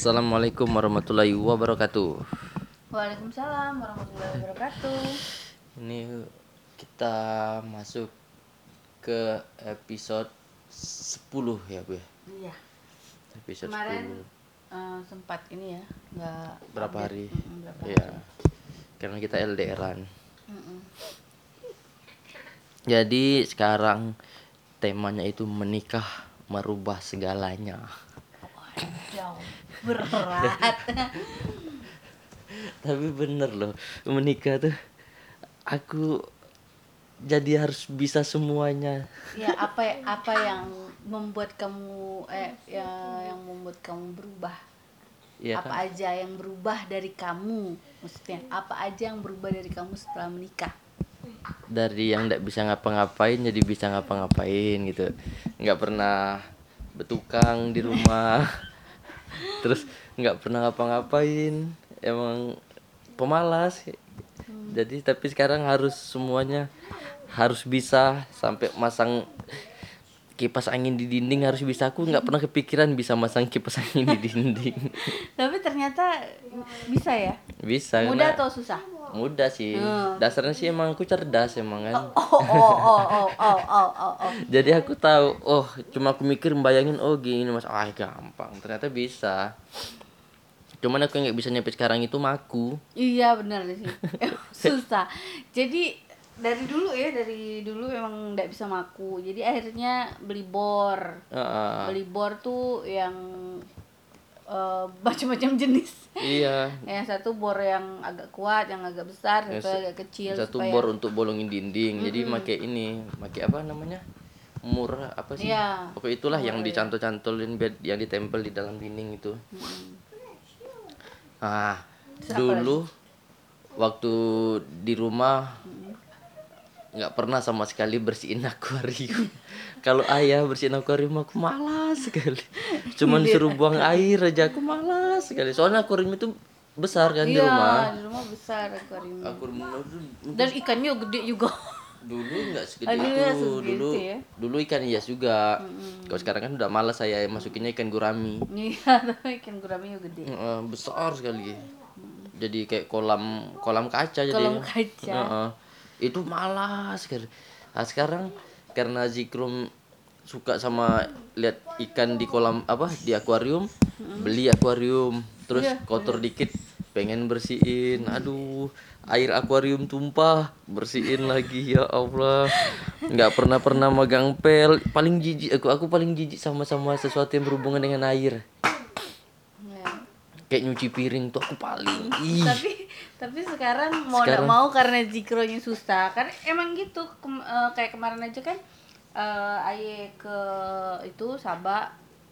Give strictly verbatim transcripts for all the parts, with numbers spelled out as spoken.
Assalamualaikum warahmatullahi wabarakatuh. Waalaikumsalam warahmatullahi wabarakatuh. Ini kita masuk ke episode sepuluh ya Bu ya. Iya. Episode Kemarin sepuluh. uh, sempat ini ya, nggak Berapa update. hari? Mm-mm, berapa Iya. hari. Karena kita L D R-an. Mm-mm. Jadi sekarang temanya itu menikah merubah segalanya. Jauh berat. Tapi bener loh, menikah tuh aku jadi harus bisa semuanya. Ya apa apa yang membuat kamu eh ya yang membuat kamu berubah? Iya apa kan? aja yang berubah dari kamu? Maksudnya apa aja yang berubah dari kamu setelah menikah? Dari yang nggak bisa ngapa-ngapain jadi bisa ngapa-ngapain gitu, nggak pernah betukang di rumah terus nggak pernah ngapa-ngapain, emang pemalas. Jadi tapi sekarang harus semuanya harus bisa, sampai masang kipas angin di dinding harus bisa. Aku nggak pernah kepikiran bisa masang kipas angin di dinding. Tapi ternyata bisa ya? Bisa Mudah karena atau susah? mudah sih. Hmm. Dasarnya sih emang aku cerdas emang kan. Oh oh oh oh oh oh oh oh. Jadi aku tahu, oh cuma aku mikir bayangin, oh gini mas, ah gampang, ternyata bisa. Cuman aku yang nggak bisa nyampe sekarang itu maku. Iya benar sih. Susah. Jadi dari dulu ya, dari dulu emang nggak bisa maku. Jadi akhirnya beli bor. Heeh. Beli bor tuh yang uh, macam-macam jenis. Iya. Yang satu bor yang agak kuat, yang agak besar, Yang satu se- agak kecil. Satu supaya... bor untuk bolongin dinding. Jadi pakai ini, pakai apa namanya? Murah apa sih? Iya. Pokoknya itulah Murah, yang ya. dicantol-cantolin biar yang ditempel di dalam dinding itu. Hmm. Ah, Terus apa dulu waktu di rumah nggak pernah sama sekali bersihin akuarium. Kalau ayah bersihin akuarium aku malas sekali. Cuman suruh buang air aja aku malas sekali. Soalnya akuarium itu besar kan di Iya, rumah. di rumah besar akuarium. Akuarium itu Dan ikannya gede juga. dulu nggak segede Ah, dulu itu. nggak segitu Dulu ya? dulu ikan hias juga. Kalau sekarang kan udah malas saya masukinnya ikan gurami. Iya, tapi ikan gurami juga gede. Heeh, besar sekali. Jadi kayak kolam kolam kaca jadi. Kolam kaca. Heeh. Itu malas sekali. Nah, sekarang karena Zikrum suka sama lihat ikan di kolam apa di akuarium, beli akuarium, terus Iya, kotor dikit pengen bersihin. Aduh, air akuarium tumpah, bersihin lagi ya Allah. Nggak pernah pernah megang pel. Paling jijik aku aku paling jijik sama-sama sesuatu yang berhubungan dengan air. Ya. Kayak nyuci piring tuh aku paling ih. Tapi tapi sekarang mau Sekarang- nggak mau karena zikronya susah kan emang gitu. Kem- eh, kayak kemarin aja kan eh aye ke itu Sabah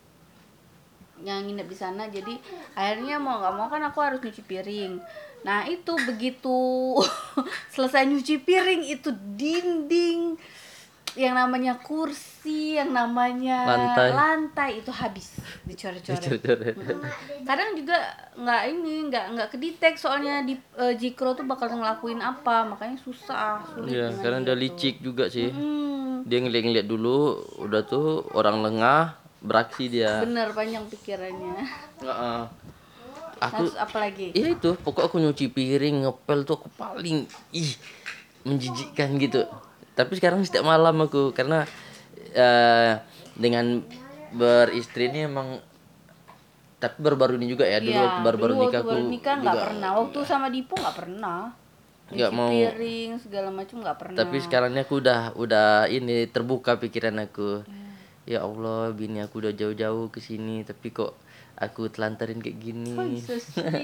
yang nginep di sana, jadi akhirnya mau nggak mau kan aku harus nyuci piring. Nah itu begitu selesai nyuci piring itu dinding, yang namanya kursi, yang namanya Lantai. lantai itu habis dicoret-coret. Coret-coret. Kadang juga nggak ini nggak nggak kedetek soalnya di eh, Jikro tuh bakal ngelakuin apa, makanya susah sulit. Iya, dengan karena dia dia tuh. licik juga sih. Hmm, Dia ngeliat-ngeliat dulu, udah tuh orang lengah, beraksi dia. bener panjang pikirannya. Heeh. Aku Terus apa lagi? iya itu, pokok aku nyuci piring, ngepel tuh aku paling ih menjijikkan gitu. Tapi sekarang setiap malam aku karena eh, dengan beristri ini emang, tapi baru-baru ini juga ya, dulu Iya, waktu baru-baru dulu nikah waktu aku baru nikah nggak juga pernah. Waktu sama Dipo nggak pernah. nggak Nyuci mau. piring segala macam nggak pernah. Tapi sekarang ini aku udah udah ini terbuka pikiran aku. Ya Allah, bini aku udah jauh-jauh ke sini tapi kok aku telantarin kayak gini. Oh, so sweet.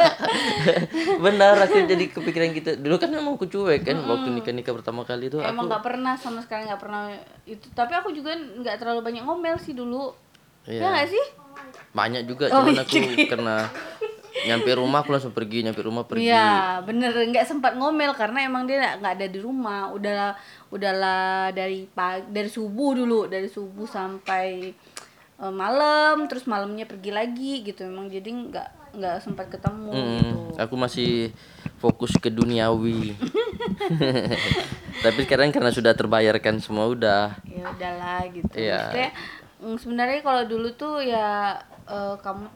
Benar, aku jadi kepikiran gitu. Dulu kan emang aku cuek kan waktu nikah-nikah pertama kali itu Emang aku. nggak pernah sama sekali nggak pernah itu. Tapi aku juga nggak terlalu banyak ngomel sih dulu. Iya. Ya nggak sih? Banyak juga Oh, cuman iya. aku karena nyampe rumah aku langsung pergi, nyampe rumah pergi. Iya, bener nggak sempat ngomel karena emang dia nggak- nggak ada di rumah. Udahlah, udahlah dari pagi, dari subuh dulu, dari subuh sampai eh, malam, terus malamnya pergi lagi gitu. Emang jadi nggak nggak sempat ketemu Mm, gitu. aku masih fokus ke duniawi. Tapi sekarang karena sudah terbayarkan semua udah. Ya udahlah gitu. Iya. Maksudnya mm, sebenarnya kalau dulu tuh ya eh, kamu tuh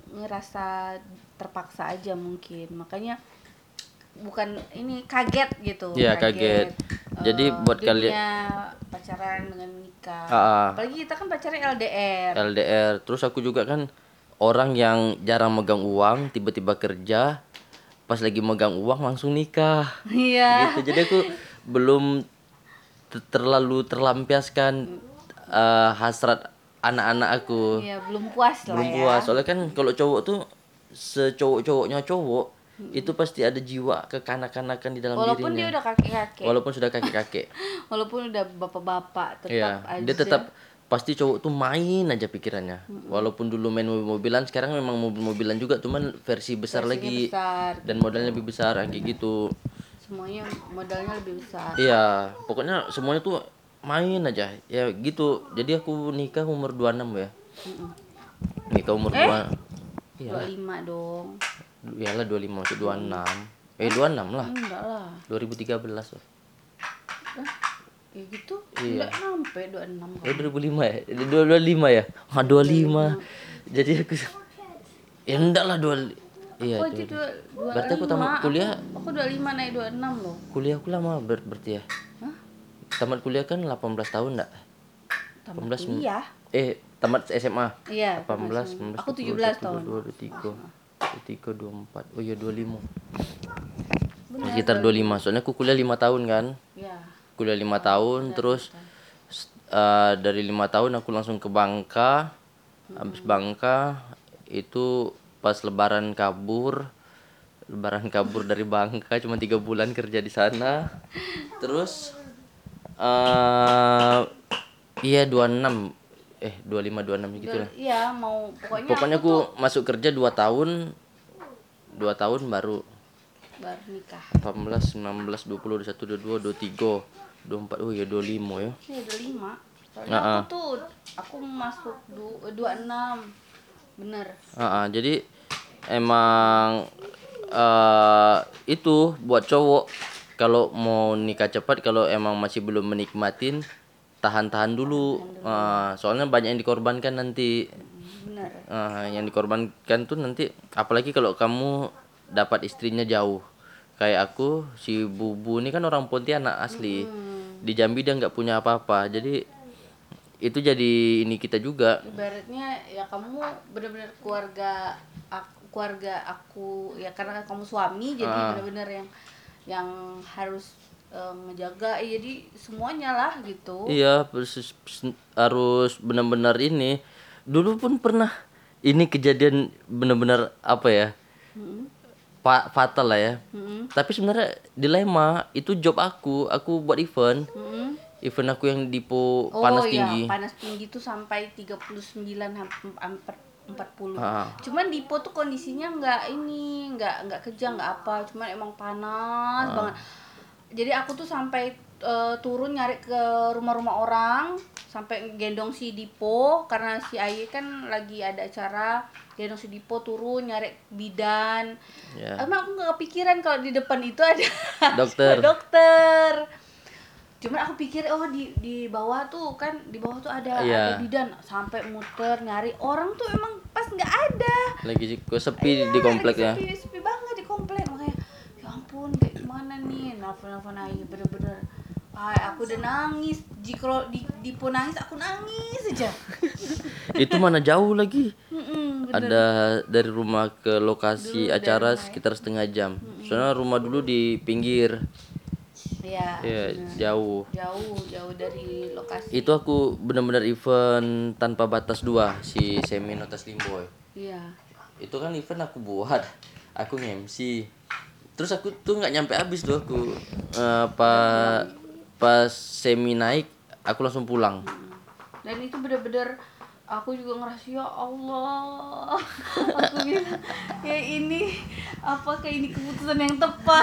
ngerasa terpaksa aja mungkin, makanya bukan ini kaget gitu. Iya, kaget. Jadi Eh, buat dunia kalian- pacaran dengan nikah. Ah, ah. Apalagi kita kan pacarnya L D R. L D R. Terus aku juga kan orang yang jarang megang uang, tiba-tiba kerja, pas lagi megang uang langsung nikah. Iya. Gitu. Jadi aku belum te- terlalu terlampiaskan eh, hasrat anak-anak aku. Iya, belum puas lah Belum ya. puas. Soalnya kan kalau cowok tuh secowok-cowoknya cowok, itu pasti ada jiwa kekanak-kanakan di dalam Walaupun dia dirinya. udah kakek-kakek. Walaupun sudah kakek-kakek. Walaupun udah bapak-bapak tetap Iya, aja. dia tetap pasti cowok tuh main aja pikirannya. Walaupun dulu main mobil-mobilan, sekarang memang mobil-mobilan juga, cuman versi besar Versinya lagi besar. dan modalnya lebih besar kayak gitu. Semuanya modalnya lebih besar. Iya, pokoknya semuanya tuh main aja. Ya gitu. Jadi aku nikah umur dua puluh enam ya. Mm-mm. Nikah umur Eh? dua Iya, dua puluh lima dong. iyalah dua puluh lima masuk dua puluh enam. Eh dua puluh enam lah. Enggak lah. dua ribu tiga belas lah. Ya gitu. Iya. Enggak sampai dua puluh enam Eh dua ribu lima ya? Eh, dua puluh lima ya? Ah dua puluh lima. Jadi aku ya enggak lah dua iya Oh, dua- itu dua, dua Berarti aku tamat kuliah, Aku, aku dua puluh lima naik dua puluh enam loh. kuliah aku lama ber berarti ya. Hah? Tamat kuliah kan delapan belas tahun enggak? Tamat delapan belas kuliah. Eh, tamat S M A. Iya. delapan belas, masih. sembilan belas, Aku tujuh belas tahun. dua puluh tiga, dua puluh tiga, dua puluh empat. Oh iya dua puluh lima. Benar. Sekitar dua puluh lima. Soalnya aku kuliah lima tahun kan. Ya. Kuliah lima tahun terus eh, dari lima tahun aku langsung ke Bangka. Habis Bangka itu pas lebaran kabur. Lebaran kabur dari Bangka cuma tiga bulan kerja di sana. Terus eh iya dua puluh enam eh dua puluh lima dua puluh enam gitu lah. Iya, mau pokoknya, Pokoknya aku tuh aku masuk kerja dua tahun. dua tahun baru baru nikah. delapan belas, sembilan belas, dua puluh, dua puluh satu, dua puluh dua, dua puluh tiga, dua puluh empat. Oh ya dua puluh lima ya. Iya, dua puluh lima. Soalnya Nah, aku tuh aku masuk du- dua puluh enam. Bener. Ah, ah, jadi emang eh itu buat cowok kalau mau nikah cepat, kalau emang masih belum menikmatin, tahan-tahan dulu. Ah, soalnya banyak yang dikorbankan nanti. Bener. Ah, yang dikorbankan tuh nanti, apalagi kalau kamu dapat istrinya jauh. Kayak aku, si Bubu ini kan orang Pontianak asli. Di Jambi dia nggak punya apa-apa. Jadi itu jadi ini kita juga. Ibaratnya ya kamu bener-bener keluarga aku, keluarga aku ya, karena kamu suami jadi Ah. bener-bener yang yang harus eh, ngejaga, ya, jadi semuanya lah gitu. Iya, persis- pers- harus benar-benar ini. Dulu pun pernah ini kejadian benar-benar apa ya? Mm-mm. Fa- fatal lah ya. Mm-mm. Tapi sebenarnya dilema, itu job aku, aku buat event. Mm-mm. Event aku yang Dipo Oh panas iya, tinggi. panas tinggi tuh sampai tiga puluh sembilan hampir hampir empat puluh. Ah. Cuman Dipo tuh kondisinya nggak ini, nggak nggak kejang, nggak apa, cuman emang panas Ah. banget. Jadi aku tuh sampai eh, turun nyari ke rumah-rumah orang, sampai gendong si Dipo karena si Aye kan lagi ada acara, gendong si Dipo turun nyari bidan. Ya. Emang aku nggak kepikiran kalau di depan itu ada Dokter. dokter. Cuman aku pikir oh di di bawah tuh kan, di bawah tuh ada Iya. ada bidan, sampai muter nyari orang tuh emang pas nggak ada. Lagi gue sepi Iya, di kompleknya. Sepi, sepi banget di komplek, makanya ya ampun kayak gimana nih, nelfon-nelfon Ayu bener-bener. Ay, aku udah nangis. Jika kalau di Dipo nangis aku nangis aja. Itu mana jauh lagi. Mm-mm, bener. Ada dari rumah ke lokasi Dulu dari acara rumah ya. sekitar setengah jam. Soalnya rumah dulu di pinggir. Iya. Ya, bener. jauh. Jauh, jauh dari lokasi. Itu aku benar-benar event tanpa batas dua, si Semi Notas Limboy. Iya. Itu kan event aku buat, aku nge-M C. Terus aku tuh nggak nyampe habis tuh aku eh, pas pas Semi naik, aku langsung pulang. Dan itu bener-bener aku juga ngerasa ya Allah. Aku bilang ya ini apakah ini keputusan yang tepat.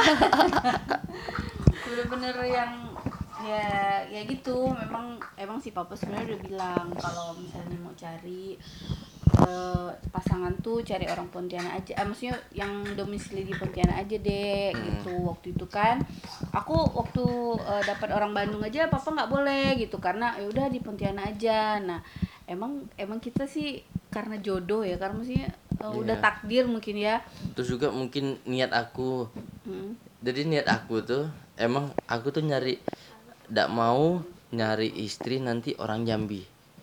Bener-bener yang ya ya gitu, memang emang si papa sebenarnya udah bilang kalau misalnya mau cari eh, pasangan tuh cari orang Pontianak aja, ah, maksudnya yang domisili di Pontianak aja deh gitu. Waktu itu kan aku waktu eh, dapat orang Bandung aja papa nggak boleh gitu karena ya udah di Pontianak aja. Nah emang emang kita sih karena jodoh ya, karena maksudnya uh, udah takdir mungkin ya. Terus juga mungkin niat aku. Hmm. Jadi niat aku tuh emang aku tuh nyari, ndak mau nyari istri nanti orang Jambi.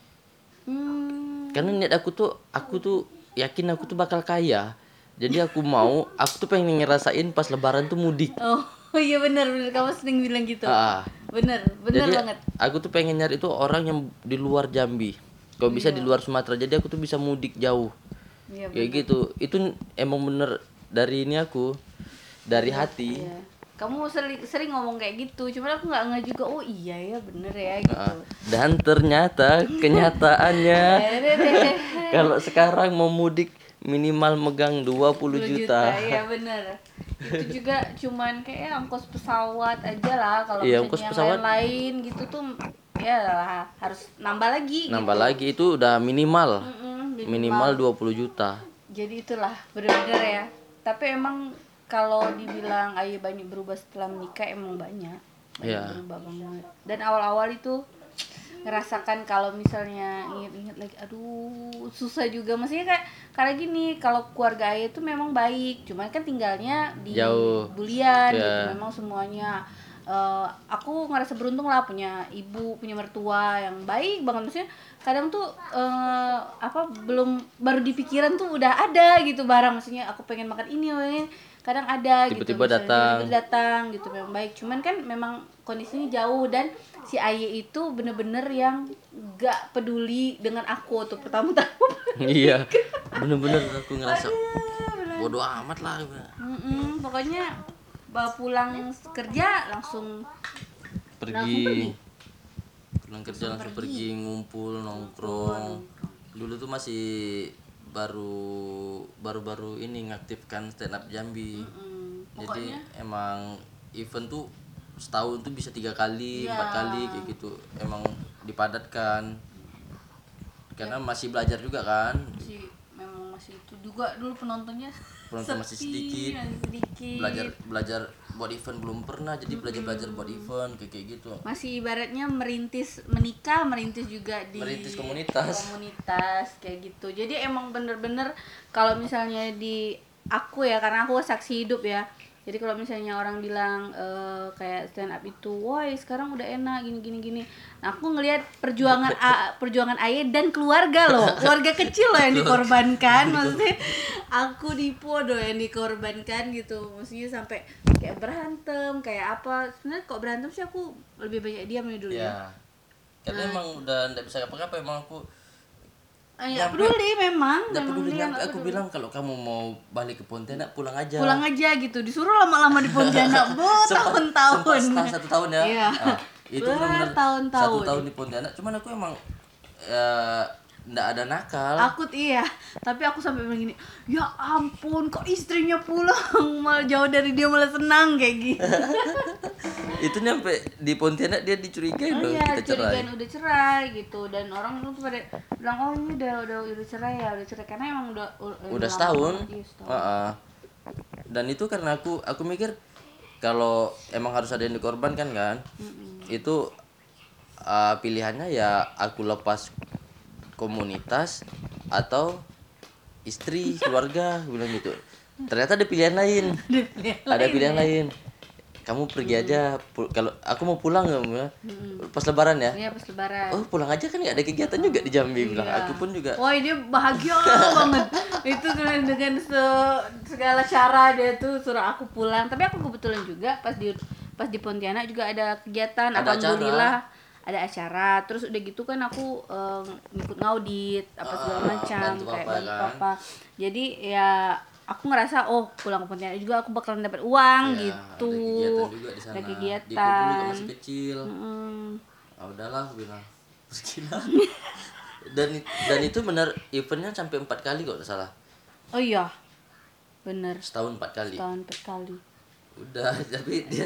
Hmm. Karena niat aku tuh aku tuh yakin aku tuh bakal kaya. Jadi aku mau, aku tuh pengen ngerasain pas lebaran tuh mudik. Oh iya benar benar kamu sering bilang gitu. Ah, Bener bener jadi banget. aku tuh pengen nyari tuh orang yang di luar Jambi. Kalau bisa di luar Sumatera. Jadi aku tuh bisa mudik jauh. Iya Kayak gitu. Itu emang bener dari ini aku, dari hati. Iya. Kamu sering sering ngomong kayak gitu, cuman aku nggak ngeh juga. Oh iya ya bener ya gitu. Ah, dan ternyata kenyataannya kalau sekarang mau mudik minimal megang dua puluh juta. Iya bener. Itu juga cuman kayak ongkos pesawat aja lah. Kalau Iya, misalnya ongkos yang pesawat. lain-lain gitu tuh ya lah, harus nambah lagi Nambah gitu. lagi itu udah minimal. Mm-mm, jadi Minimal dua puluh juta. Jadi itulah bener-bener ya. Tapi emang kalau dibilang ayo banyak berubah setelah menikah emang banyak. Banyak Iya. berubah banget. Dan awal-awal itu ngerasakan kalau misalnya inget-inget lagi aduh susah juga, maksudnya kayak kayak gini, kalau keluarga ayah itu memang baik, cuman kan tinggalnya di Jauh. Bulian Iya. gitu, memang semuanya eh, aku ngerasa beruntung lah punya ibu, punya mertua yang baik banget, maksudnya kadang tuh eh, apa belum baru di pikiran tuh udah ada gitu barang, maksudnya aku pengen makan ini, pengen kadang ada gitu, Tiba-tiba misalnya datang. tiba-tiba datang gitu, memang baik, cuman kan memang kondisinya jauh dan si Aye itu bener-bener yang gak peduli dengan aku tuh pertama-tama. Iya. Bener-bener aku ngerasa bodoh amat lah. Mm-mm, pokoknya bawa pulang kerja langsung Pergi. Pulang kerja langsung pergi ngumpul nongkrong. Dulu tuh masih baru baru-baru ini ngaktifkan stand up Jambi. mm, Jadi emang event tuh setahun tuh bisa tiga kali, empat kali kayak gitu. Emang dipadatkan. Karena masih belajar juga kan. si memang masih itu juga dulu penontonnya Penonton masih sedikit. masih sedikit. Belajar belajar buat event belum pernah, jadi belajar-belajar buat event kayak kayak gitu. Masih ibaratnya merintis menikah, merintis juga di Merintis komunitas. komunitas kayak gitu. Jadi emang bener-bener kalau misalnya di aku ya, karena aku saksi hidup ya, jadi kalau misalnya orang bilang eh, kayak stand up itu, woi sekarang udah enak gini gini gini, nah aku ngelihat perjuangan A, perjuangan Aye dan keluarga loh, keluarga kecil loh yang dikorbankan, maksudnya aku dipodo yang dikorbankan gitu, maksudnya sampai kayak berantem kayak apa. Sebenarnya kok berantem sih aku lebih banyak diam nih dulu ya. Ya. Karena emang udah enggak bisa apa-apa, emang aku Ah, ya peduli memang, enggak memang peduli. dia Nyampe nggak aku peduli. bilang kalau kamu mau balik ke Pontianak pulang aja. Pulang aja gitu, disuruh lama-lama di Pontianak bu Sempat- tahun-tahun. sempat satu tahun ya. Iya. Ah, itu benar-benar Bertahun-tahun. satu tahun di Pontianak. Cuman aku emang ya enggak ada nakal. Aku iya, tapi aku sampai bilang gini, ya ampun kok istrinya pulang malah jauh dari dia malah senang kayak gitu. Itu nyampe di Pontianak dia dicurigain Oh loh iya, kita cerai. curigaan udah cerai gitu, dan orang tuh pada bilang oh ini udah udah udah cerai ya, udah cerai karena emang udah Udah lama setahun. banget. Iya, setahun. Heeh. Dan itu karena aku aku mikir kalau emang harus ada yang dikorbankan kan. Itu uh, pilihannya ya aku lepas komunitas atau istri, keluarga, gue bilang gitu. Ternyata ada pilihan lain. Ada pilihan lain. Kamu pergi aja. Pu- Kalau aku mau pulang ya, pas lebaran ya. Iya pas lebaran. Oh pulang aja kan nggak ada kegiatan juga di Jambi, bilang. Aku pun juga. Wah dia bahagia banget. Itu dengan dengan se- segala cara dia tuh suruh aku pulang. Tapi aku kebetulan juga pas di pas di Pontianak juga ada kegiatan. Ada Alhamdulillah ada acara. Terus udah gitu kan aku eh, ngikut ngaudit apa segala Ah, macam bantu kayak apa bantu kan. apa. Jadi ya aku ngerasa oh pulang ke Pontianak juga aku bakalan dapat uang Ya, gitu. ada kegiatan juga di sana. Ada Di Kubu kegiatan. juga masih kecil. Mm. Ah udahlah, aku bilang. Gila. dan dan itu benar eventnya sampai empat kali kok nggak salah. Oh iya. Bener. Setahun empat kali. Tahun empat kali. Udah, tapi dia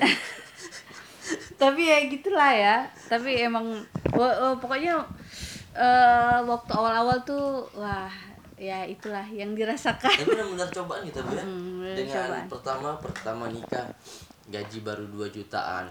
Tapi ya gitulah ya, tapi emang wo- wo- pokoknya eh, waktu awal-awal tuh wah ya itulah yang dirasakan. tapi benar-benar cobaan gitu Bu, ya. Mm, benar Dengan cobaan. pertama pertama nikah gaji baru dua jutaan.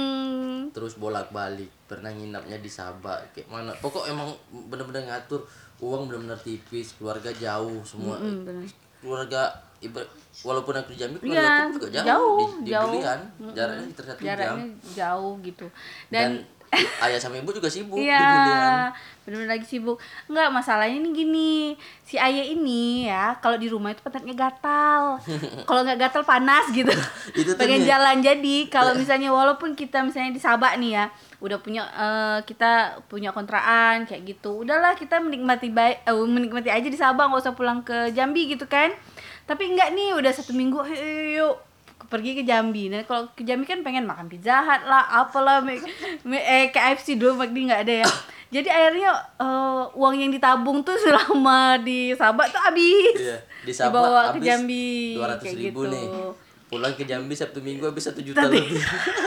Mm-mm. Terus bolak-balik, pernah nginapnya di Sabah kayak mana. Pokok emang bener-bener ngatur uang benar-benar tipis, keluarga jauh semua. Mm, bener. Keluarga ibarat walaupun aku di Jambi, keluarga Iya, aku juga jauh, jauh, di, di jauh. Bilian, Mm-mm. jaraknya sekitar satu jam. Jaraknya jauh gitu. Dan, Dan, ayah sama ibu juga sibuk di iya, Bilian. bener-bener lagi sibuk. Enggak, masalahnya ini gini, si ayah ini ya, kalau di rumah itu pantatnya gatal. Kalau nggak gatal panas gitu. Itu tuh Pengen nih. jalan. Jadi kalau misalnya walaupun kita misalnya di Sabak nih ya, udah punya eh, kita punya kontrakan kayak gitu. Udahlah kita menikmati baik, eh, menikmati aja di Sabak, nggak usah pulang ke Jambi gitu kan. Tapi enggak nih, udah satu minggu, "Hey, yuk pergi ke Jambi." Nah kalau ke Jambi kan pengen makan pizza hut lah, apalah, me- me- eh, K F C dulu McD nggak ada ya. Jadi akhirnya eh, uang yang ditabung tuh selama di Sabak tuh habis. Iya, di Sabah Dibawa ke habis Jambi dua ratus kayak ribu gitu. nih. Pulang ke Jambi Sabtu Minggu habis satu juta Tapi- lebih.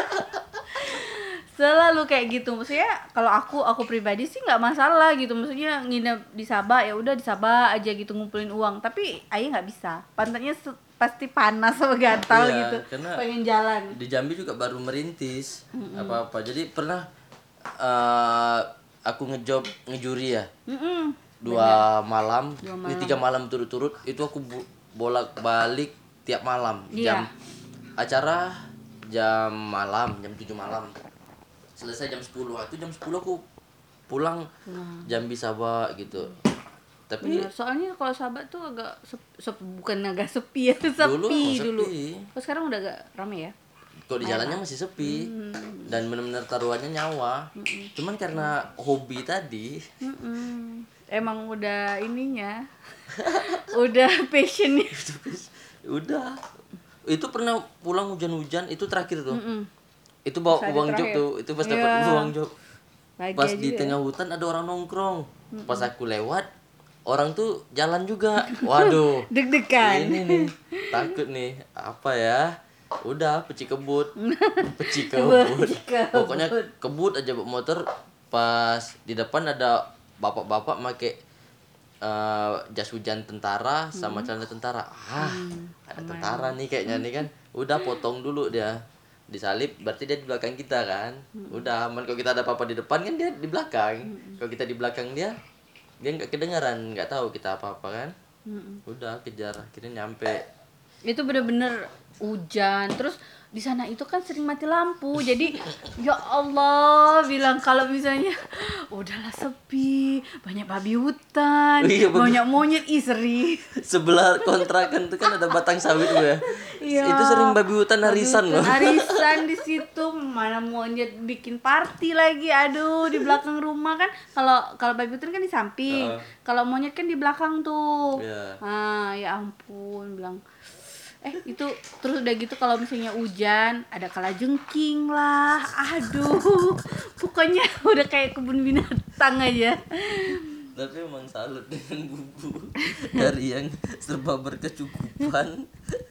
Selalu kayak gitu. Maksudnya kalau aku aku pribadi sih nggak masalah gitu. Maksudnya nginep di Sabah ya udah di Sabah aja gitu ngumpulin uang. Tapi ayah nggak bisa. Pantatnya se- pasti panas sama gatal Iya, gitu. karena Pengen jalan. Di Jambi juga baru merintis apa-apa. Jadi pernah eh, aku ngejob ngejuri ya. Mm-mm. Dua malam, Dua ini malam. tiga malam turut-turut itu aku bu- bolak-balik tiap malam. Iya. Jam acara jam malam, jam tujuh malam. Selesai jam sepuluh. Itu jam sepuluh aku pulang Jambi Sabah gitu. Tapi Bener, soalnya kalau Sahabat tuh agak sep- sep- bukan agak sepi ya, sepi Dulu emang dulu. sepi. Oh, sekarang udah agak rame ya. kalau di jalannya masih sepi dan benar-benar taruhannya nyawa. Cuman karena hobi tadi, Mm-mm. Emang udah ininya, udah passionnya. udah. Itu pernah pulang hujan-hujan itu terakhir tuh. Mm-mm. Itu bawa Pas hari uang job terakhir. tuh, itu pas dapat Iya. uang job. Bahagia Pas juga di ya. tengah hutan ada orang nongkrong. Pas aku lewat, orang tuh jalan juga. Waduh. Deg-degan. Ini nih, takut nih. Apa ya? Udah, peci kebut. Peci kebut. Peci kebut. Pokoknya kebut aja bawa motor. Pas di depan ada bapak-bapak make eh, jas hujan tentara sama celana tentara. Ah, ada tentara nih kayaknya nih kan. Udah potong dulu dia. Disalip berarti dia di belakang kita kan. Udah aman. Kalau kita ada apa-apa di depan kan dia di belakang. Kalau kita di belakang dia, dia nggak kedengaran, nggak tahu kita apa-apa kan. Mm-mm. Udah kejar, akhirnya nyampe. Itu bener-bener hujan. Terus di sana itu kan sering mati lampu. Jadi ya Allah, bilang kalau misalnya udahlah sepi, banyak babi hutan, Iya, bener. banyak monyet, ih seri. Sebelah kontrakan tuh kan ada batang sawit tuh ya. Iya. Itu sering babi hutan harisan loh. Arisan di situ, mana monyet bikin party lagi. Aduh, di belakang rumah kan. Kalau kalau babi hutan kan di samping. Heeh. Kalau monyet kan di belakang tuh. Iya. Ah, ya ampun, bilang eh itu terus udah gitu kalau misalnya hujan ada kalajengking lah, aduh pokoknya udah kayak kebun binatang aja. Tapi emang salut dengan bubu dari yang serba berkecukupan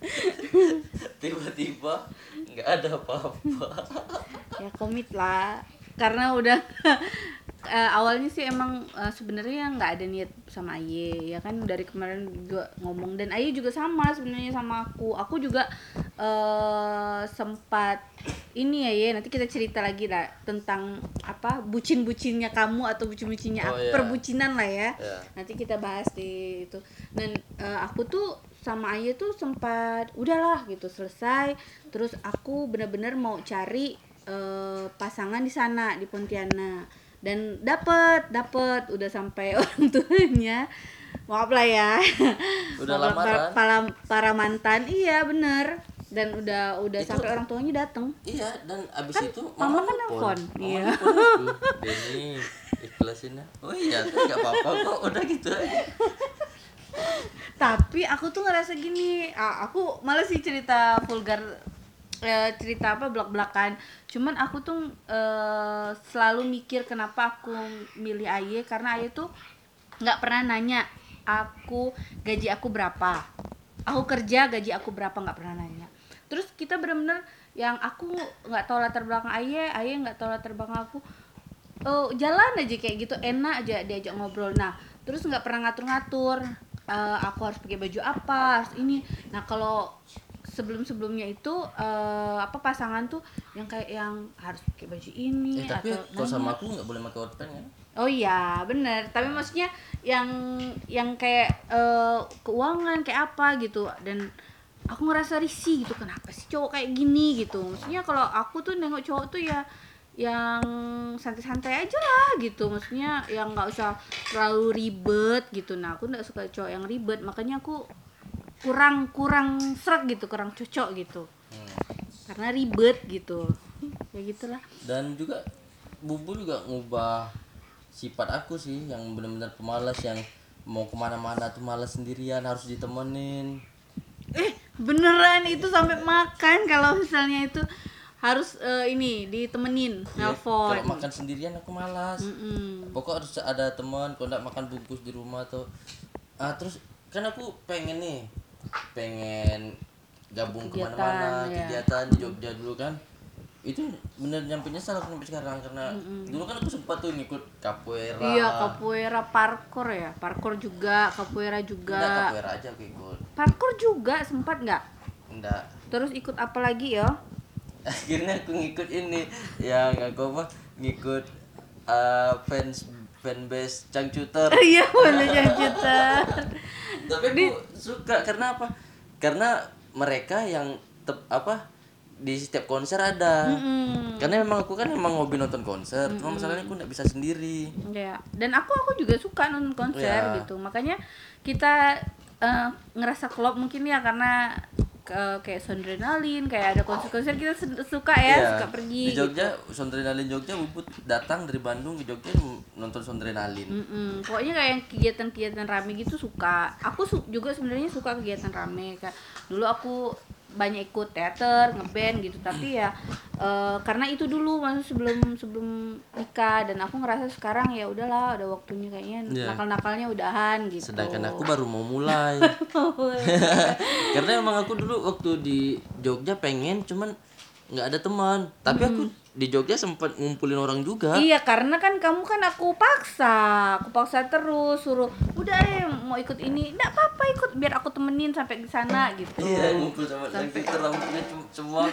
tiba-tiba nggak ada apa-apa. Ya komit lah karena udah eh, awalnya sih emang eh, sebenarnya nggak ada niat sama Aye ya kan, dari kemarin juga ngomong, dan Aye juga sama sebenarnya sama aku aku juga eh, sempat ini ya, Ye, nanti kita cerita lagi lah tentang apa bucin-bucinnya kamu atau bucin-bucinnya Oh, aku, iya. perbucinan lah ya. Iya. Nanti kita bahas di itu. Dan eh, aku tuh sama Aye tuh sempat udahlah gitu selesai, terus aku benar-benar mau cari eh, pasangan di sana di Pontianak, dan dapet dapet udah sampai orang tuanya, maaf lah ya. Udah Maaf lah, lamaran? para, para, para mantan, iya bener, dan udah udah Itu- sampai orang tuanya datang. Iya, dan abis itu mama mama kan nelpon. nelpon, Mama iya. nelpon, "Duh, Denny ikhlasin ya." Oh iya, nggak apa-apa kok, udah gitu aja. Tapi aku tuh ngerasa gini, ah, aku malah sih cerita vulgar, eh, cerita apa belak-belakan. Cuman aku tuh eh, selalu mikir kenapa aku milih Aye, karena Aye tuh nggak pernah nanya aku gaji aku berapa, aku kerja gaji aku berapa, nggak pernah nanya. Terus kita bener-bener yang aku nggak tahu latar belakang Aye, Aye nggak tahu latar belakang aku. Oh, jalan aja kayak gitu, enak aja diajak ngobrol. Nah, terus nggak pernah ngatur-ngatur. eh, aku harus pakai baju apa, harus ini. Nah, kalau sebelum-sebelumnya itu eh, apa pasangan tuh yang kayak yang harus pakai baju ini Eh, tapi atau kalau nanya. sama aku nggak boleh pakai hot pants kan? Oh iya, bener. Tapi maksudnya yang yang kayak eh, keuangan kayak apa gitu, dan aku ngerasa risih gitu, kenapa sih cowok kayak gini gitu. Maksudnya kalau aku tuh nengok cowok tuh ya yang santai-santai aja lah gitu, maksudnya yang nggak usah terlalu ribet gitu. Nah aku nggak suka cowok yang ribet, makanya aku kurang kurang serak gitu, kurang cocok gitu Hmm. karena ribet gitu. Ya gitulah. Dan juga Bubu juga ngubah sifat aku sih, yang benar-benar pemalas, yang mau kemana-mana tuh malas sendirian, harus ditemenin. Eh beneran itu sampai makan kalau misalnya itu harus eh, ini ditemenin Ya, nelpon. kalau makan sendirian aku malas. Mm-mm. Pokok harus ada teman, kalau enggak makan bungkus di rumah tuh. Ah terus kan aku pengen nih, pengen gabung Kegiatan, kemana-mana, ya. kegiatan di Jogja dulu kan. Itu bener nyampe nyesal aku sampai sekarang, karena dulu kan aku sempat tuh ngikut capoeira. Iya, capoeira, parkour ya, parkour juga, capoeira Enggak, juga. capoeira aja aku ikut. Parkour juga sempat nggak? Enggak. Terus ikut apa lagi ya? Akhirnya aku ngikut ini, yang aku apa? Ngikut uh, fans fanbase Cangcuter. Iya, boleh yang kita. Tapi aku suka karena apa? Karena mereka yang tep, apa di setiap konser ada. Mm-mm. Karena memang aku kan memang hobi nonton konser, cuma masalahnya aku nggak bisa sendiri. Ya, dan aku aku juga suka nonton konser Ya. gitu. Makanya kita eh, ngerasa klop mungkin ya karena ke, kayak Sondrenalin, kayak ada konser-konser kita su- suka ya, Iya. suka pergi. Di Jogja, Sondrenalin Jogja, Bubut datang dari Bandung ke Jogja nonton Sondrenalin. Mm-mm. Pokoknya kayak yang kegiatan-kegiatan rame gitu suka. Aku su- juga sebenarnya suka kegiatan rame. Kayak dulu aku banyak ikut teater, ngeband gitu. Tapi ya eh, karena itu dulu masih sebelum sebelum nikah, dan aku ngerasa sekarang ya udahlah, udah waktunya kayaknya Iya. nakal-nakalnya udahan gitu. Sedangkan aku baru mau mulai. Karena emang aku dulu waktu di Jogja pengen, cuman nggak ada teman. Tapi aku di Jogja sempat ngumpulin orang juga. Iya, karena kan kamu kan aku paksa, aku paksa terus suruh, udah eh mau ikut ini, enggak apa-apa ikut biar aku temenin sampai di sana gitu. Iya, ngumpul sama yang kita rambutnya cum- semua.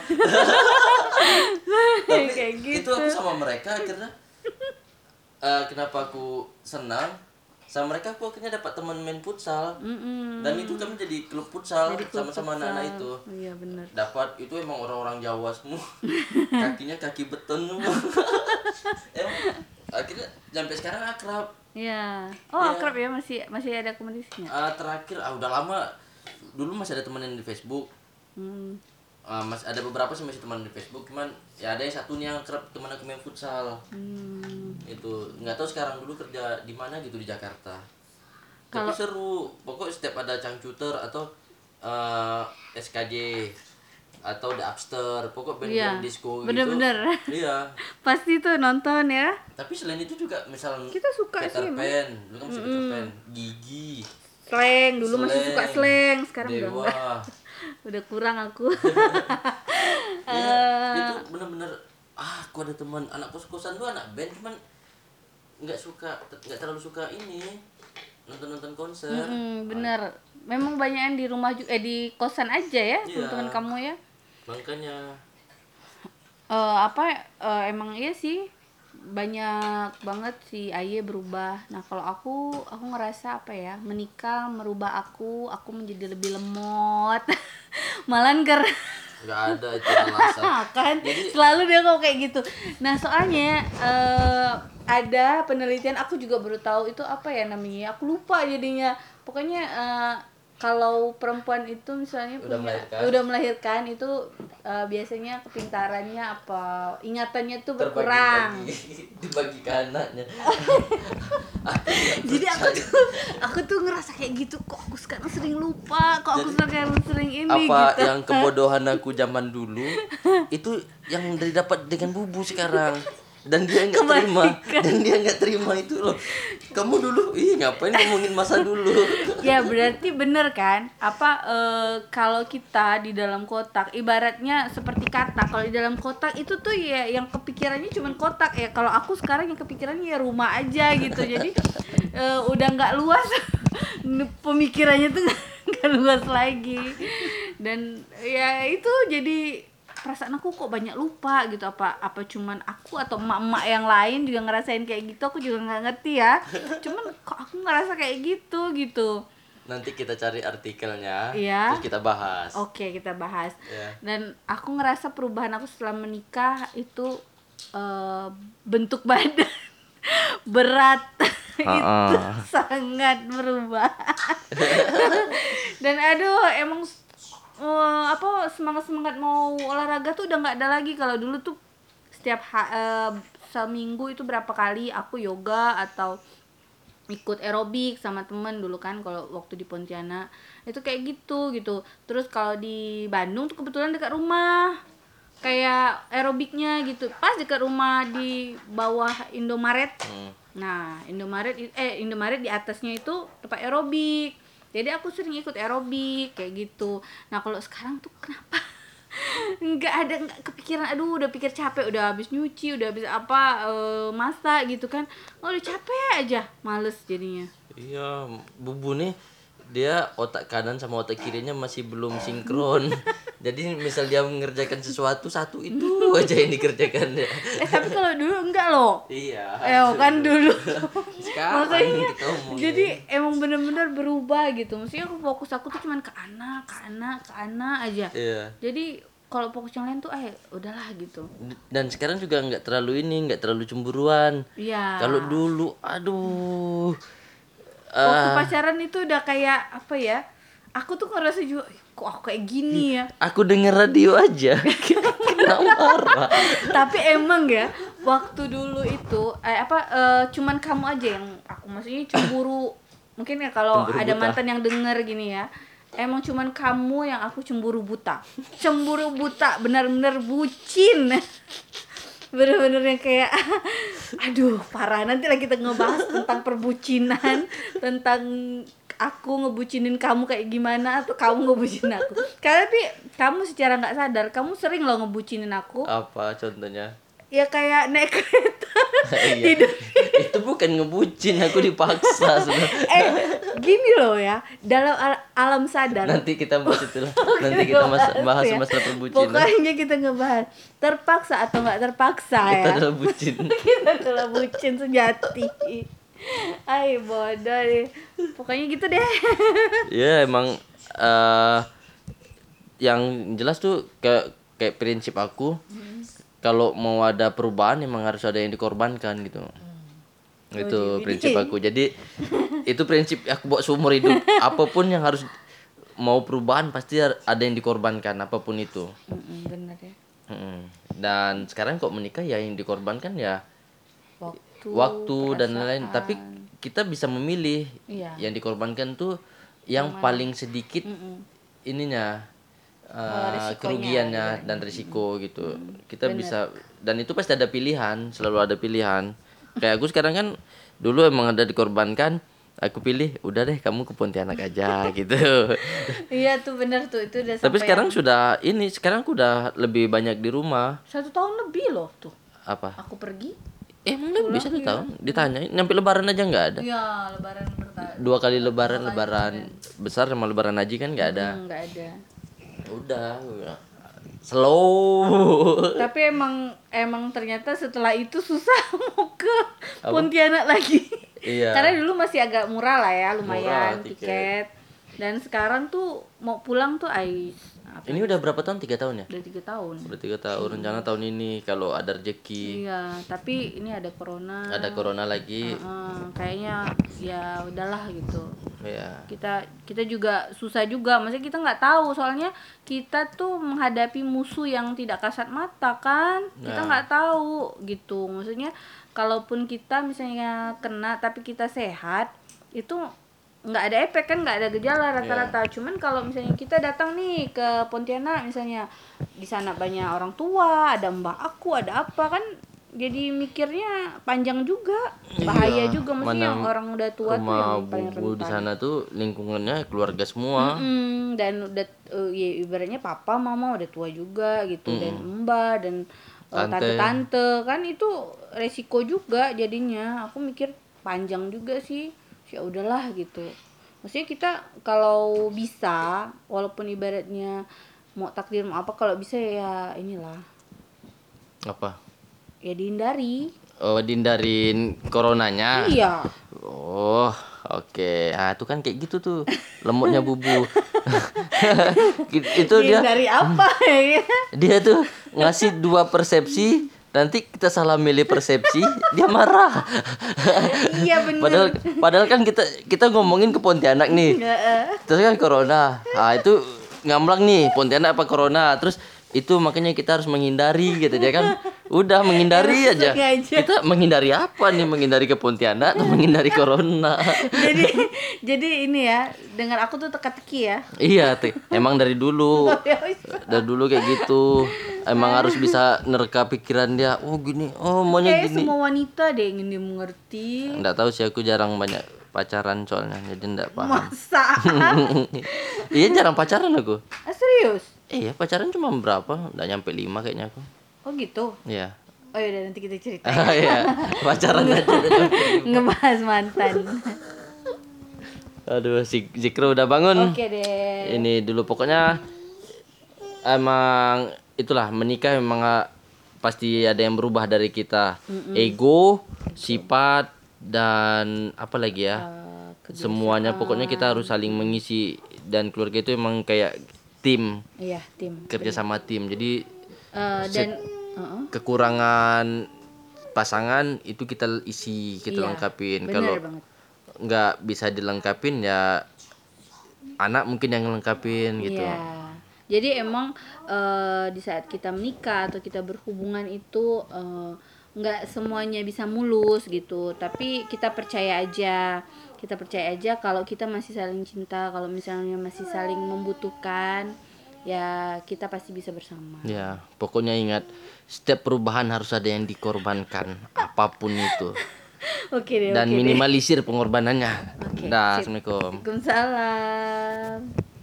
Tapi Kayak gitu. itu aku sama mereka akhirnya eh, kenapa aku senang sama mereka, aku akhirnya dapat teman main futsal. Mm-mm. Dan itu kami jadi klub futsal Jadi klub sama-sama futsal. anak-anak itu. Iya benar. Dapat itu emang orang-orang Jawa semua. Kakinya kaki beton semua. Emang akhirnya sampai sekarang akrab. Iya. Oh, Iya. akrab ya, masih masih ada komunikasinya. Ah, terakhir ah, udah lama dulu masih ada teman yang di Facebook. Hmm. Ah, mas ada beberapa sih masih teman di Facebook, cuman ya ada yang satunya yang kerap teman aku main futsal. Hmm. Itu nggak tahu sekarang dulu kerja di mana gitu di Jakarta. Kalau- Tapi seru, pokok setiap ada Cangcuter atau eh, S K J atau The Upster, pokok Iya, band-band disco gitu. bener-bener. Iya. Pasti tuh nonton ya. Tapi selain itu juga misal Kita suka Peter sih, emang. Pan, dulu kan masih Peter Pan, Gigi, Slang, dulu masih suka slang, sekarang udah Dewa. enggak. Udah kurang aku. Ya, Eh. itu bener-bener ah, aku ada teman anak kos-kosan tuh anak band, cuman nggak suka, nggak terlalu suka ini nonton-nonton konser. Mm, bener. Memang banyakan di rumah juga, eh di kosan aja ya, Iya. teman-teman kamu ya. Makanya Eh apa eh, emang iya sih, banyak banget si Aye berubah. Nah kalau aku aku ngerasa apa ya, menikah merubah aku aku menjadi lebih lemot. Malahan ker nggak ada itu alasan. kan Jadi- selalu dia ngomong kayak gitu. Nah soalnya eh, ada penelitian, aku juga baru tahu itu apa ya namanya, aku lupa jadinya. Pokoknya eh, kalau perempuan itu misalnya Udah punya melahirkan. udah melahirkan itu eh, biasanya kepintarannya apa ingatannya tuh Terbagi- berkurang. bagi- dibagi ke anaknya. Jadi aku tuh aku tuh ngerasa kayak gitu, kok aku sekarang sering lupa, kok aku sekarang sering ini Apa gitu. yang kebodohan aku zaman dulu itu yang didapat dengan Bubu sekarang, dan dia nggak terima, dan dia nggak terima itu loh. Kamu dulu ih ngapain ngomongin masa dulu. Ya berarti bener kan, apa eh, kalau kita di dalam kotak ibaratnya seperti kata, kalau di dalam kotak itu tuh ya yang kepikirannya cuman kotak ya. Kalau aku sekarang yang kepikirannya ya rumah aja gitu, jadi eh, udah nggak luas. Pemikirannya tuh nggak luas lagi, dan ya itu jadi perasaan aku kok banyak lupa gitu, apa apa cuman aku atau emak-emak yang lain juga ngerasain kayak gitu, aku juga nggak ngerti ya. Cuman kok aku ngerasa kayak gitu gitu. Nanti kita cari artikelnya, Iya. terus kita bahas. Oke, kita bahas. Ya. Dan aku ngerasa perubahan aku setelah menikah itu eh, bentuk badan berat itu Ha-ha. sangat berubah. Dan aduh, emang eh, apa semangat-semangat mau olahraga tuh udah nggak ada lagi. Kalau dulu tuh setiap ha- eh, seminggu itu berapa kali aku yoga atau ikut aerobik sama temen dulu kan kalau waktu di Pontianak itu kayak gitu gitu. Terus kalau di Bandung tuh kebetulan dekat rumah kayak aerobiknya gitu, pas dekat rumah di bawah Indomaret. Hmm. Nah, Indomaret i- eh Indomaret di atasnya itu tempat aerobik. Jadi aku sering ikut aerobik kayak gitu. Nah, kalau sekarang tuh kenapa nggak ada, nggak kepikiran, aduh udah pikir capek, udah habis nyuci, udah habis apa eh, masak gitu kan, oh, udah capek aja, males jadinya. Iya, Bubu nih dia otak kanan sama otak kirinya masih belum sinkron. Jadi misal dia mengerjakan sesuatu, satu itu aja yang dikerjakan ya. Eh tapi kalau dulu enggak loh. Iya. Eh kan dulu. Sekarang Maksudnya kita ngomongin. jadi emang bener-bener berubah gitu. Maksudnya aku fokus aku tuh cuman ke anak, ke anak, ke anak aja. Iya. Jadi kalau fokus yang lain tuh eh udahlah gitu. Dan sekarang juga nggak terlalu ini, nggak terlalu cemburuan. Iya. Kalau dulu, aduh. Waktu Ah, pacaran itu udah kayak apa ya? Aku tuh ngerasa juga, "Ih, kok aku kayak gini ya?" aku denger radio aja. Kena marah. Tapi emang ya waktu dulu itu eh apa eh, cuman kamu aja yang aku maksudnya cemburu. Mungkin ya kalau Cemburu ada buta. mantan yang denger gini ya, emang cuman kamu yang aku cemburu buta. Cemburu buta, benar-benar bucin. Bener-bener yang kayak aduh parah, nanti lah kita ngebahas tentang perbucinan, tentang aku ngebucinin kamu kayak gimana atau kamu ngebucinin aku. Karena tapi kamu secara nggak sadar kamu sering loh ngebucinin aku. Apa contohnya? Ya kayak naik kereta Iya. tidur. Itu bukan ngebucin, aku dipaksa sudah. Eh gini loh ya, dalam al- alam sadar Nanti kita bahas itu lah. Nanti kita mas- bahas ya. masalah perbucinan. Pokoknya kita ngebahas terpaksa atau nggak terpaksa Kita ya. adalah bucin. Kita adalah bucin sejati. Ay bodoh deh. Pokoknya gitu deh. Ya emang eh yang jelas tuh kayak kayak prinsip aku, kalau mau ada perubahan emang harus ada yang dikorbankan gitu. Itu jadi- prinsip aku. Jadi itu prinsip aku buat seumur hidup. Apapun yang harus mau perubahan pasti ada yang dikorbankan, apapun itu. Mm-mm, bener ya. Mm-mm. Dan sekarang kok menikah ya yang dikorbankan ya Waktu, waktu dan lain-lain. perasaan. Tapi kita bisa memilih. Iya. Yang dikorbankan tuh yang paling sedikit Mm-mm. ininya uh, risikonya, kerugiannya iya. dan risiko gitu. Kita bisa, dan itu pasti ada pilihan, selalu ada pilihan. Kayak aku sekarang kan dulu emang ada dikorbankan, aku pilih udah deh kamu ke Pontianak aja gitu. Iya tuh bener tuh, itu udah Tapi sampai sekarang sudah ini, sekarang aku udah lebih banyak di rumah. satu tahun lebih loh tuh Apa? aku pergi. Eh, emang lebih satu tahun? Ditanyain, nyampe lebaran aja nggak ada. Iya lebaran berkali. Dua kali lebaran, lebaran besar sama lebaran haji kan nggak ada. Nggak ada. Udah, udah. Slow. Tapi emang emang ternyata setelah itu susah mau ke Apa? Pontianak lagi. Iya. Karena dulu masih agak murah lah ya, lumayan Murah, tiket. tiket. Dan sekarang tuh mau pulang tuh ai apa, Ini udah berapa tahun? Tiga tahun ya? udah tiga tahun. Udah tiga tahun. Rencana tahun ini kalau ada rezeki. Iya, tapi ini ada corona. Ada corona lagi. Heeh, kayaknya ya udahlah gitu. Ya. Kita kita juga susah juga, maksudnya kita nggak tahu, soalnya kita tuh menghadapi musuh yang tidak kasat mata kan, kita Nah. nggak tahu gitu. Maksudnya kalaupun kita misalnya kena tapi kita sehat, itu nggak ada efek kan, nggak ada gejala rata-rata. Cuman kalau misalnya kita datang nih ke Pontianak misalnya, di sana banyak orang tua, ada mbak aku, ada apa kan, jadi mikirnya panjang juga, bahaya Iya, juga. Maksudnya mana yang orang udah tua tuh Rumah yang paling Bubu di rentan. sana tuh lingkungannya keluarga semua. Mm, dan udah eh, ya ibaratnya papa mama udah tua juga gitu, dan mbak dan eh, Tante. tante-tante kan itu resiko juga jadinya. Aku mikir panjang juga sih, ya udahlah gitu. Maksudnya kita kalau bisa, walaupun ibaratnya mau takdir mau apa, kalau bisa ya inilah, Apa? ya dihindari. Oh, dindarin coronanya. Iya. Oh, oke. Ah, itu kan kayak gitu tuh. Lemotnya bubu. Itu dia Dihindari apa ya? dia tuh ngasih dua persepsi, nanti kita salah milih persepsi, dia marah. Iya bener. Padahal padahal kan kita kita ngomongin ke Pontianak nih. Heeh. Terus kan corona. Ah, itu ngamblang nih, Pontianak apa corona. Terus itu makanya kita harus menghindari gitu ya kan. Udah menghindari Emang aja. sengaja. Kita menghindari apa nih? Menghindari ke Pontianak atau menghindari corona? jadi jadi ini ya, dengar aku tuh teka-teki ya. Iya, Teh. Emang dari dulu. Ya wis. Dari dulu kayak gitu. Emang harus bisa nerka pikiran dia. Oh, gini. Oh, maunya Kayak gini. semua wanita deh yang ini mengerti. Enggak tahu sih, aku jarang banyak pacaran soalnya, jadi enggak paham. Masa? Iya, jarang pacaran aku. Ah, serius? Iya, pacaran cuma berapa? Enggak nyampe lima kayaknya aku. Oh gitu. Iya. Oh yaudah, nanti kita cerita. Iya, pacaran aja udah nyampe lima. Ngebahas mantan. Aduh, si Zikro udah bangun. Oke deh. Ini dulu pokoknya emang itulah, menikah memang ah, pasti ada yang berubah dari kita. Ego, sifat, dan apa lagi ya? Eh, ke- Semuanya pokoknya kita harus saling mengisi, dan keluarga itu emang kayak tim, Iya, tim. kerja sama tim. Jadi Eh, dan Heeh. kekurangan pasangan itu kita isi, kita Iya, lengkapin. bener Kalau banget. nggak bisa dilengkapin ya anak mungkin yang lengkapin gitu. Iya. Jadi emang eh, di saat kita menikah atau kita berhubungan itu eh, nggak semuanya bisa mulus gitu. Tapi kita percaya aja, kita percaya aja kalau kita masih saling cinta, kalau misalnya masih saling membutuhkan, ya kita pasti bisa bersama. Ya, pokoknya ingat, setiap perubahan harus ada yang dikorbankan, apapun itu. Oke deh, Dan oke deh. minimalisir pengorbanannya. Oke, Dah, sip. Assalamualaikum. Waalaikumsalam.